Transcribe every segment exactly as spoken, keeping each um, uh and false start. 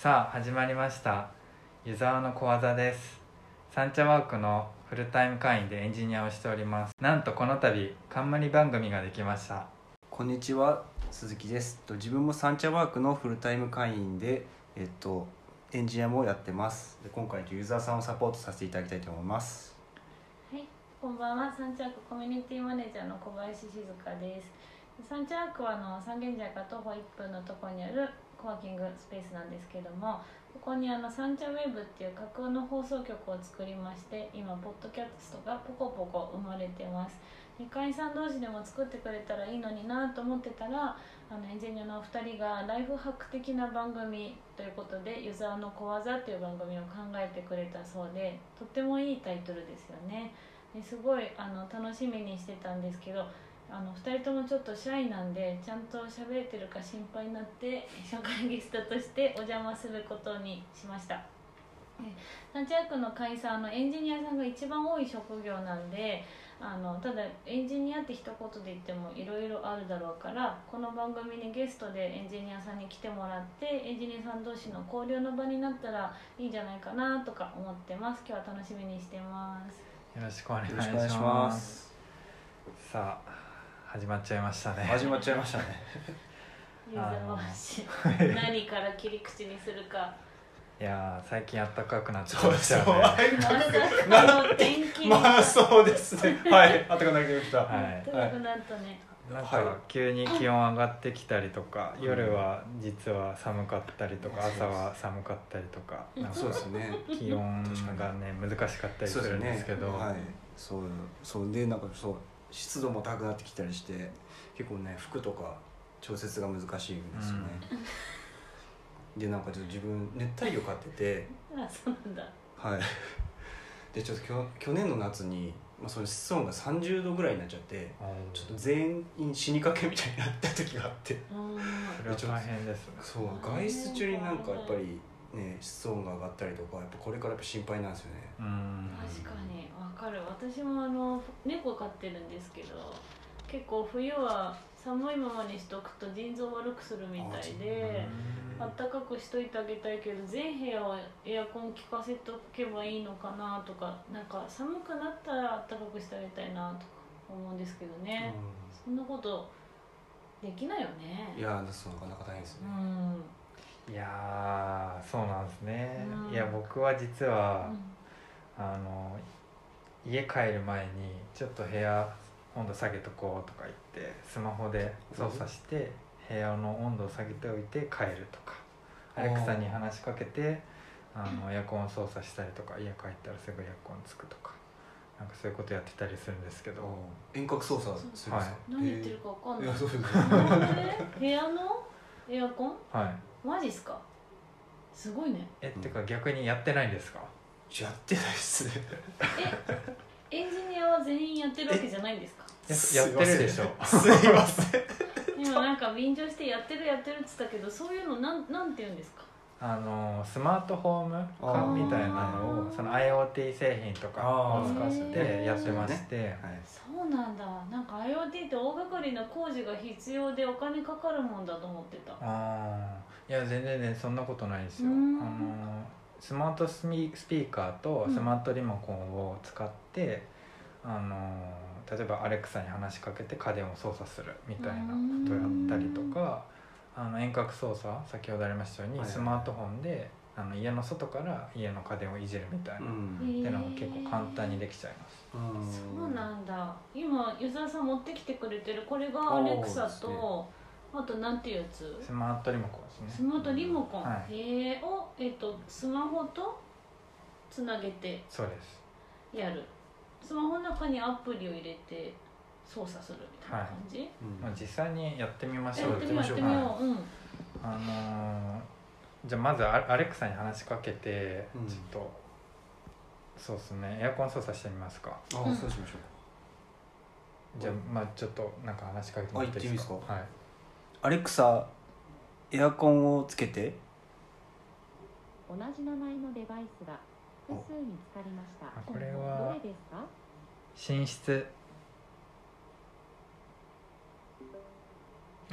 さあ始まりました。湯沢の小技です。サンチャワークのフルタイム会員でエンジニアをしております。なんとこの度冠番組ができました。 こんにちは、鈴木です。自分もサンチャワークのフルタイム会員で、えっと、エンジニアもやってます。で今回ユーザーさんをサポートさせていただきたいと思います。 はい、こんばんは。サンチャワークコミュニティマネージャーの小林静香です。サンチャワークはあの三軒茶屋から徒歩いっぷんのところにあるコワーキングスペースなんですけども、ここにあのサンチャウェブっていう架空の放送局を作りまして、今ポッドキャストがポコポコ生まれてます。で会員さん同士でも作ってくれたらいいのになと思ってたら、あのエンジニアのお二人がライフハック的な番組ということでユーザーの小技っていう番組を考えてくれたそうで、とってもいいタイトルですよね。ですごいあの楽しみにしてたんですけど、あのふたりともちょっとシャイなんでちゃんと喋れてるか心配になって初回ゲストとしてお邪魔することにしました。サンチャワークの会員さんのエンジニアさんが一番多い職業なんで、あのただエンジニアって一言で言ってもいろいろあるだろうから、この番組にゲストでエンジニアさんに来てもらってエンジニアさん同士の交流の場になったらいいんじゃないかなとか思ってます。今日は楽しみにしてます。 よろしくお願いしよろしくお願いしま。 ますす。 さあ始まっちゃいましたね。 始まっちゃいましたね。 ユーザー話何から切り口にするか。 いやー最近暖かくなってきそうましたよね。 まさかの天気まあそうですね。はい、暖かくなりました。 はい暖かくなったね。 なんか急に気温上がってきたりとか、 うん、 夜は実は寒かったりとか、 うん、 朝は寒かったりとか、なんかそうですね。 気温がね難しかったりするんですけど、 そうですね、はい、そうそうでなんかそう湿度も高くなってきたりして結構ね服とか調節が難しいんですよね。うん、でなんかちょっと自分熱帯魚飼ってて、 あ、そうなんだ。 はい。でちょっときょ去年の夏に、まあ、その室温がさんじゅうどぐらいになっちゃって、ちょっと全員死にかけみたいになった時があって、 それは大変ですね。 そう外出中になんかやっぱりね室温が上がったりとか、やっぱこれからやっぱ心配なんですよね。 うん、 確かにわかる。私もあの猫飼ってるんですけど、結構冬は寒いままにしとくと腎臓を悪くするみたいで、あったかくしといてあげたいけど全部屋はエアコン効かせとけばいいのかなとか、なんか寒くなったらあったかくしてあげたいなとか思うんですけどね。うん、そんなことできないよね。 いやーそうなかなか大変ですね。 うん、 いやーそうなんですね。 うん、 いや僕は実は、 うん、 あの家帰る前にちょっと部屋温度下げとこうとか言ってスマホで操作して部屋の温度を下げておいて帰るとか、アレクサに話しかけてあのエアコンを操作したりとか、家帰ったらすぐエアコンつくとか、なんかそういうことやってたりするんですけど、 遠隔操作するんですか？はい、 何言ってるか分かんない。 いやそうです部屋のエアコン？ はい。 マジっすか？すごいね。 え、ってか逆にやってないんですか？ やってないっすね。 え、エンジニアは全員やってるわけじゃないんですか？ や, やってるでしょ。 すいません。 今なんか便乗してやってるやってるって言ったけど、そういうのなんなんて言うんですか？ あのスマートホーム化みたいなのをその IoT 製品とかを使ってやってまして、 そうなんだ。なんか IoT って大掛かりな工事が必要でお金かかるもんだと思ってた。 あいや全然ねそんなことないですよ。あのスマートスピーカーとスマートリモコンを使って、うん、あの例えばアレクサに話しかけて家電を操作するみたいなことをやったりとか、あの遠隔操作、先ほどありましたようにスマートフォンであの家の外から家の家電をいじるみたいな、うん、っていうのも結構簡単にできちゃいます。 そうなんだ。今ユーザーさん持ってきてくれてるこれがアレクサと、あとなんていうやつ？ スマートリモコンですね。 スマートリモコン、 はい、 へーを、えっと、スマホとつなげてそうですやる。スマホの中にアプリを入れて操作するみたいな感じ？はい、 うん、まあ、実際にやってみましょう。 やってみようやってみよう、うん、 あのー、じゃあまずアレクサに話しかけて、うん、ちょっとそうですね、エアコン操作してみますか。 あ、うん、そうしましょう。じゃあまあちょっとなんか話しかけてもらっていいですか。はい。 アレクサ、エアコンをつけて。 同じ名前のデバイスが複数見つかりました。 これはどれですか？ 寝室。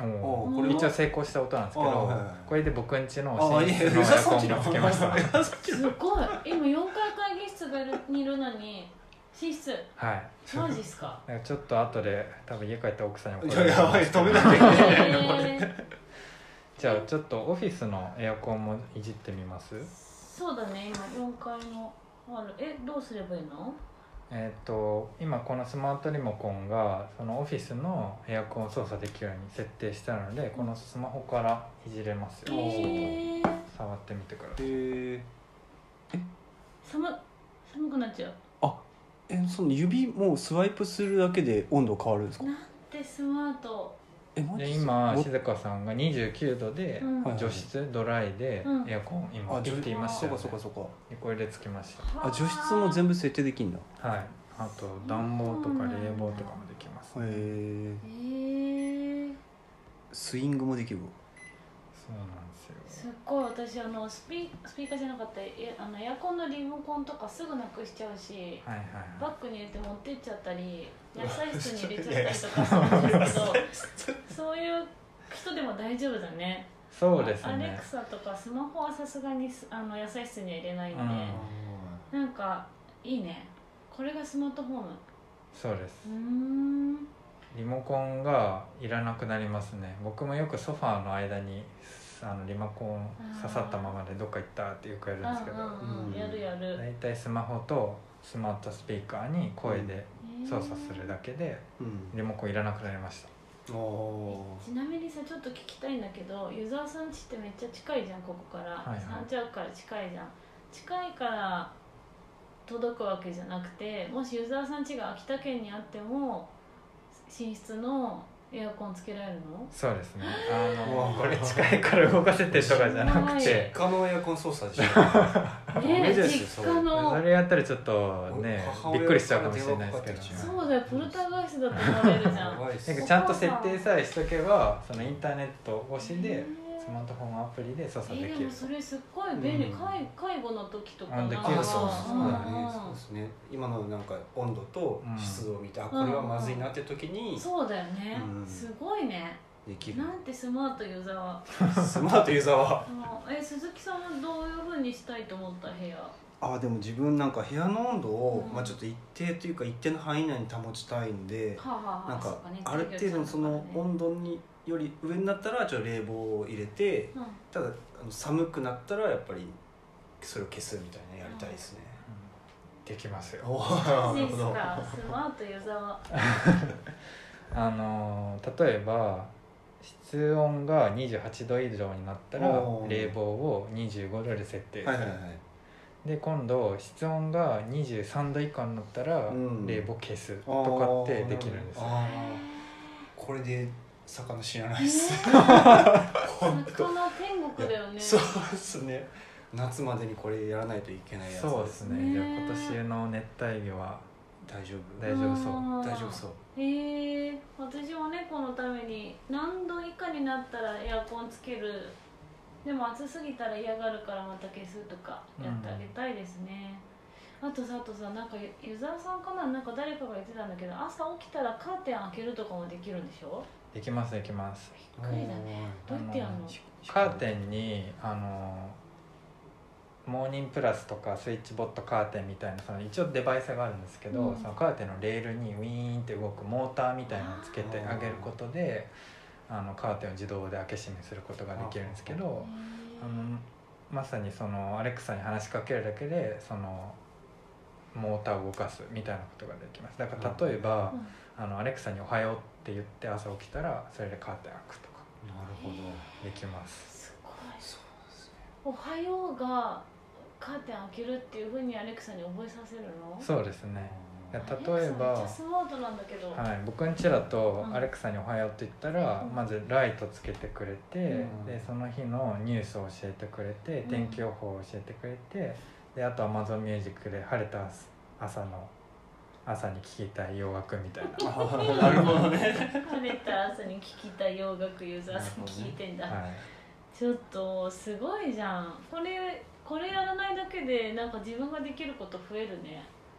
おこれ一応成功した音なんですけど、 はいはいはい、 これで僕ん家のあ寝室のエアコンもつけましたすごい今よんかい会議室がにいるのに寝室はいマジっすかだからちょっと後で多分家帰った奥さんに怒いられるややばい止めなきゃいけないへーじゃあちょっとオフィスのエアコンもいじってみます。 そうだね今よんかいのあるえどうすればいいの？ えっ、と今このスマートリモコンがそのオフィスのエアコンを操作できるように設定したので、このスマホからいじれますよ。 へー触ってみてください。 へ寒寒くなっちゃうえその指もうスワイプするだけで温度変わるんですか？ なんてスマートえマジで今も静香さんがにじゅうきゅうどで、 うんはい除湿ドライでうんエアコン今あ切っていましたよ、ね、 そうかそうかそうかでこれでつきましあ除湿も全部設定できんだ。 た。はい。あと暖房とか冷房とかもできます、 へえへえスイングもできるわ。 そうなんですすっよ。 ごい私あのスピスピーカーじゃなかったえあのエアコンのリモコンとかすぐなくしちゃうしはいはいはバッグに入れて持ってっちゃったり野菜室に入れちゃったりとかするんですけどそういう人でも大丈夫だね。 い。そうですアレねク。サとかスマホはさすがにすあの野菜室には入れないんで、 うんなんかいいねこれがスマートフォームそうです。 うーんリモコンがいらなくなりますね。僕もよくソファーの間にあのリモコン刺さったままでどっか行ったってよくやるんですけど、 うんうんうんやるやる、 だいたいスマホとスマートスピーカーに声で操作するだけでうんリモコンいらなくなりました。 おちなみにさちょっと聞きたいんだけどユザーさん家ってめっちゃ近いじゃんここから、 はいはいサンチャークから近いじゃん近いから届くわけじゃなくてもしユザーさん家が秋田県にあっても寝室のエアコンつけられるの？ そうですね。あうわのこれ近いから動かせてとかじゃなくて、 実家のエアコン操作でしょねえですよ実家のそれやったらちょっとね母親びっくりしちゃうかもしれないですけど、 から電話かかってきちゃそうだよポルターガイストだと思われるじゃんやばいっすなんかちゃんと設定さえしとけばそのインターネット越しでスマートフォンアプリで操作できるえーでも。それすっごい便利、 うん介介護の時とかあなんかできるそうそううんそうだねそうですね今のなんか温度と湿度を見て、あこれはまずいなって時にそうだよね、 うんすごいねできる。 なんてスマートユーザーはスマートユーザーはあのえ鈴木さんはどういうふうにしたいと思った部屋？ あでも自分なんか部屋の温度を、 うんまあ、ちょっと一定というか一定の範囲内に保ちたいんで、 はあ、はあはあ、 なんかそうかねある程度のその温度により上になったらちょっと冷房を入れて、 うんただあの寒くなったらやっぱりそれを消すみたいなやりたいですね。 できますよ。 おマジーなるほど。 ですかスマートユーザーはあの例えば室温がにじゅうはちど以上になったらおー冷房をにじゅうごどで設定する、 はいはいはい。 で今度室温がにじゅうさんど以下になったらうん冷房消すとかってできるんですよ。 あーこれで魚知らないっす。 魚本当。 天国だよねそうですね。夏までにこれやらないといけないやつ。 そうですね。 ねじゃあ今年の熱帯魚は大丈夫。 大丈夫そう。 あー大丈夫そう。 へえ私も猫のために何度以下になったらエアコンつけるでも暑すぎたら嫌がるからまた消すとかやってあげたいですね、あとさあとさなんかユザーさんかななんか誰かが言ってたんだけど朝起きたらカーテン開けるとかもできるんでしょ？ できますできます。 びっくりだねどうやってやるの？ カーテンにあのモーニングプラスとかスイッチボットカーテンみたいなその一応デバイスがあるんですけど、 うんそのカーテンのレールにウィーンって動くモーターみたいなのをつけてあげることであのカーテンを自動で開け閉めすることができるんですけど、あのまさにそのアレクサに話しかけるだけでそのモーターを動かすみたいなことができます。だから例えば、 うんあのアレクサにおはようって言って朝起きたらそれでカーテン開くとかなるほど。 できます。 すごいそうですね。 おはようがカーテン開けるっていうふうにアレクサに覚えさせるの？ そうですね。例えアレクサめっばちゃスマートなんだけど、 はい、僕ん家だとうんアレクサにおはようって言ったら、 うんまずライトつけてくれて、 うんでその日のニュースを教えてくれて、 うん天気予報を教えてくれて、であと Amazon Music で晴れた朝の朝に聴きたい洋楽みたいな、 なるほどね。 晴れた朝に聞きたい洋楽ユーザーさん聞いてんだ、 はい、 ちょっとすごいじゃんこれこれやらないだけでなんか自分ができること増えるね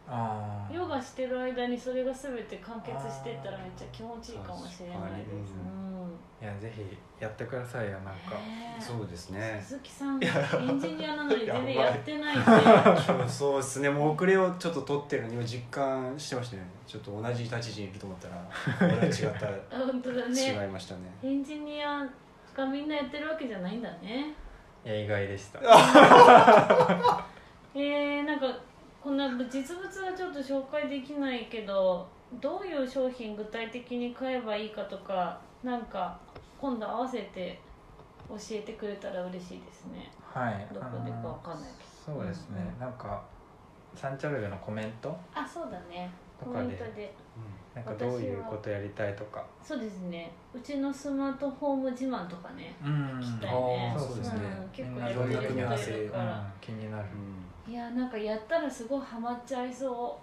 あヨガしてる間にそれが全て完結してったらめっちゃ気持ちいいかもしれないです。 いやぜひやってくださいよなんか、 ね、 そうですね。 鈴木さんエンジニアなのに全然やってないってそうそうですね。もう遅れをちょっと取ってるのに今実感してましたね。ちょっと同じ立ち位置にいると思ったら俺は違った本当だね。 違いましたね。 エンジニアがみんなやってるわけじゃないんだね。 いや意外でしたえー、なんかこんな実物はちょっと紹介できないけど、どういう商品具体的に買えばいいかとか、なんか今度合わせて教えてくれたら嬉しいですね。 はいどこでかわかんないけどそうですね、 うんうん、 なんかサンチャルベのコメントあ、そうだね、 とかでコメントでなんかどういうことやりたいとか、 そうですね、うちのスマートフォーム自慢とかね、 うん、 聞きたいね。 そうですね、 うん、結構みんないろいろ組み合わせやってるから、 うん、気になる、 うん、 いやなんかやったらすごいハマっちゃいそう。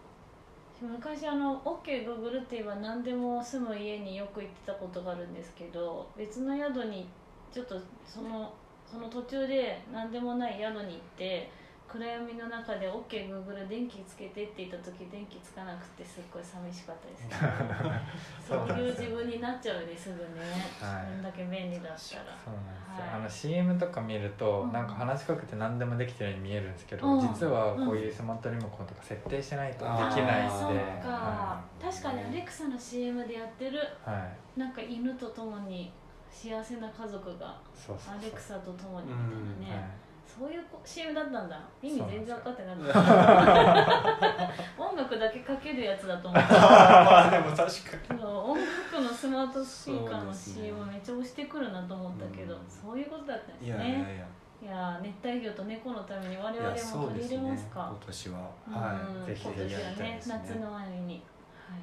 昔あの OKGoogle って言えば何でも住む家によく行ってたことがあるんですけど、別の宿にちょっとそのその途中で何でもない宿に行って暗闇の中で OKGoogle 電気つけてって言った時電気つかなくてすっごい寂しかったですねそういう自分になっちゃうですぐね、 はい、 こんだけ便利だったら。 そうなんですよ、 はい、 あの シーエム とか見ると、 うん、 なんか話しかけて何でもできてるように見えるんですけど、 うん、 実はこういうスマートリモコンとか設定しないとできないんで、 あーそうか、 は確かにアレクサの シーエム でやってる、 はい、 なんか犬と共に幸せな家族がそうそうそうアレクサと共にみたいなね、 はい、 そういう シーエム だったんだ。意味全然分かってなかそうった音楽だけかけるやつだと思ったまあでも確かに音楽のスマートスピーカーの シーエムね、 めっちゃ押してくるなと思ったけど、 うん、 そういうことだったんですね。 いやいやいやいや熱帯魚と猫のために我々も取り入れますか。 今年は、 うん、 はい、ぜひ今年はね、 ですね、 夏の終わりに、はい、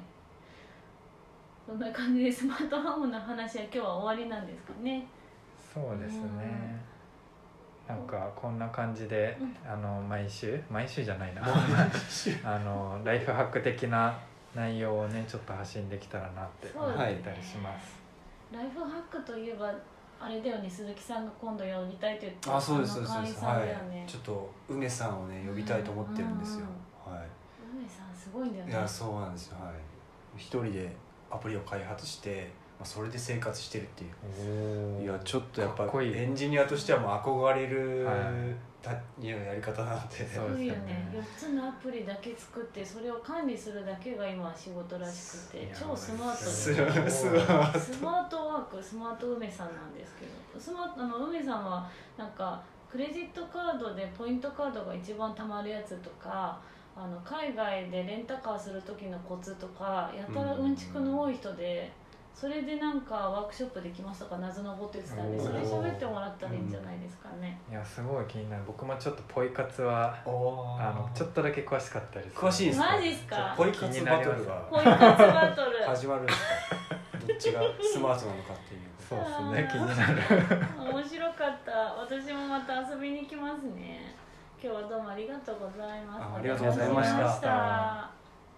そんな感じでスマートフォームの話は今日は終わりなんですかね。 そうですね、なんかこんな感じで、 うん、 あの毎週毎週じゃないなあのライフハック的な内容をねちょっと発信できたらなって思ってたりします、 ライフハックといえばあれだよね、鈴木さんが今度呼びたいと言ってあ、そうですそうです、 会員さんだよね、 はい、ちょっと梅さんをね呼びたいと思ってるんですよ、 うんうん、 はい、 梅さんすごいんだよね。 いやそうなんですよ、はい、一人でアプリを開発してまあ、それで生活してるっていう、いやちょっとやっぱかっこいいエンジニアとしてはもう憧れる、 はい、 たいうやり方なんで、 すごいよね。よっつのアプリだけ作ってそれを管理するだけが今仕事らしくて超スマートですよね。スマートワーク、スマート梅さんなんですけど、スマートあの梅さんはなんかクレジットカードでポイントカードが一番貯まるやつとか、あの海外でレンタカーする時のコツとかやたらうんちくの多い人で、それでなんかワークショップできますとか謎のこと言ってたんで、それ喋ってもらったらいいんじゃないですかね。 いやすごい気になる。僕もちょっとポイ活はあのちょっとだけ詳しかったりする。 詳しいですか？ マジっすか？ ポイ活バトルがポイ活バトル始まるんですか？どっちがスマートなのかっていう。 そうですね、気になる。 面白かった。私もまた遊びに来ますね。今日はどうもありがとうございます。 ありがとうございました。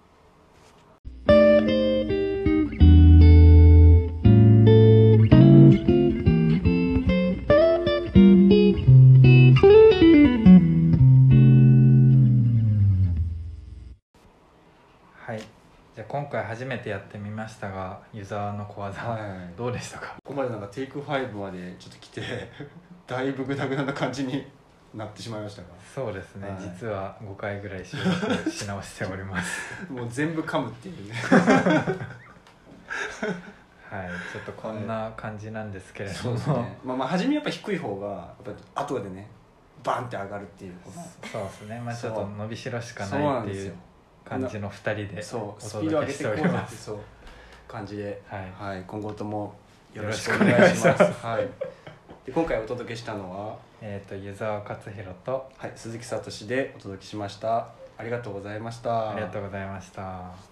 はい、じゃあ今回初めてやってみましたが、ユーザーの小技、はい、どうでしたか？ ここまでなんかテイクファイブまでちょっと来てだいぶグダグダな感じになってしまいましたが、 そうですね、はい、実はごかいぐらい収録し直しておりますもう全部噛むっていうねはい、ちょっとこんな感じなんですけれども、 そうですね、まあまあ初めやっぱ低い方がやっぱ後でねバンって上がるっていうそうですね、まあちょっと伸びしろしかないっていう感じのふたりでお届けしております。 そう感じで、 はいはい、今後ともよろしくお願いします。はい。で今回お届けしたのは、 えっと湯沢勝弘と、 はい、鈴木聡でお届けしました。ありがとうございました。 ありがとうございました。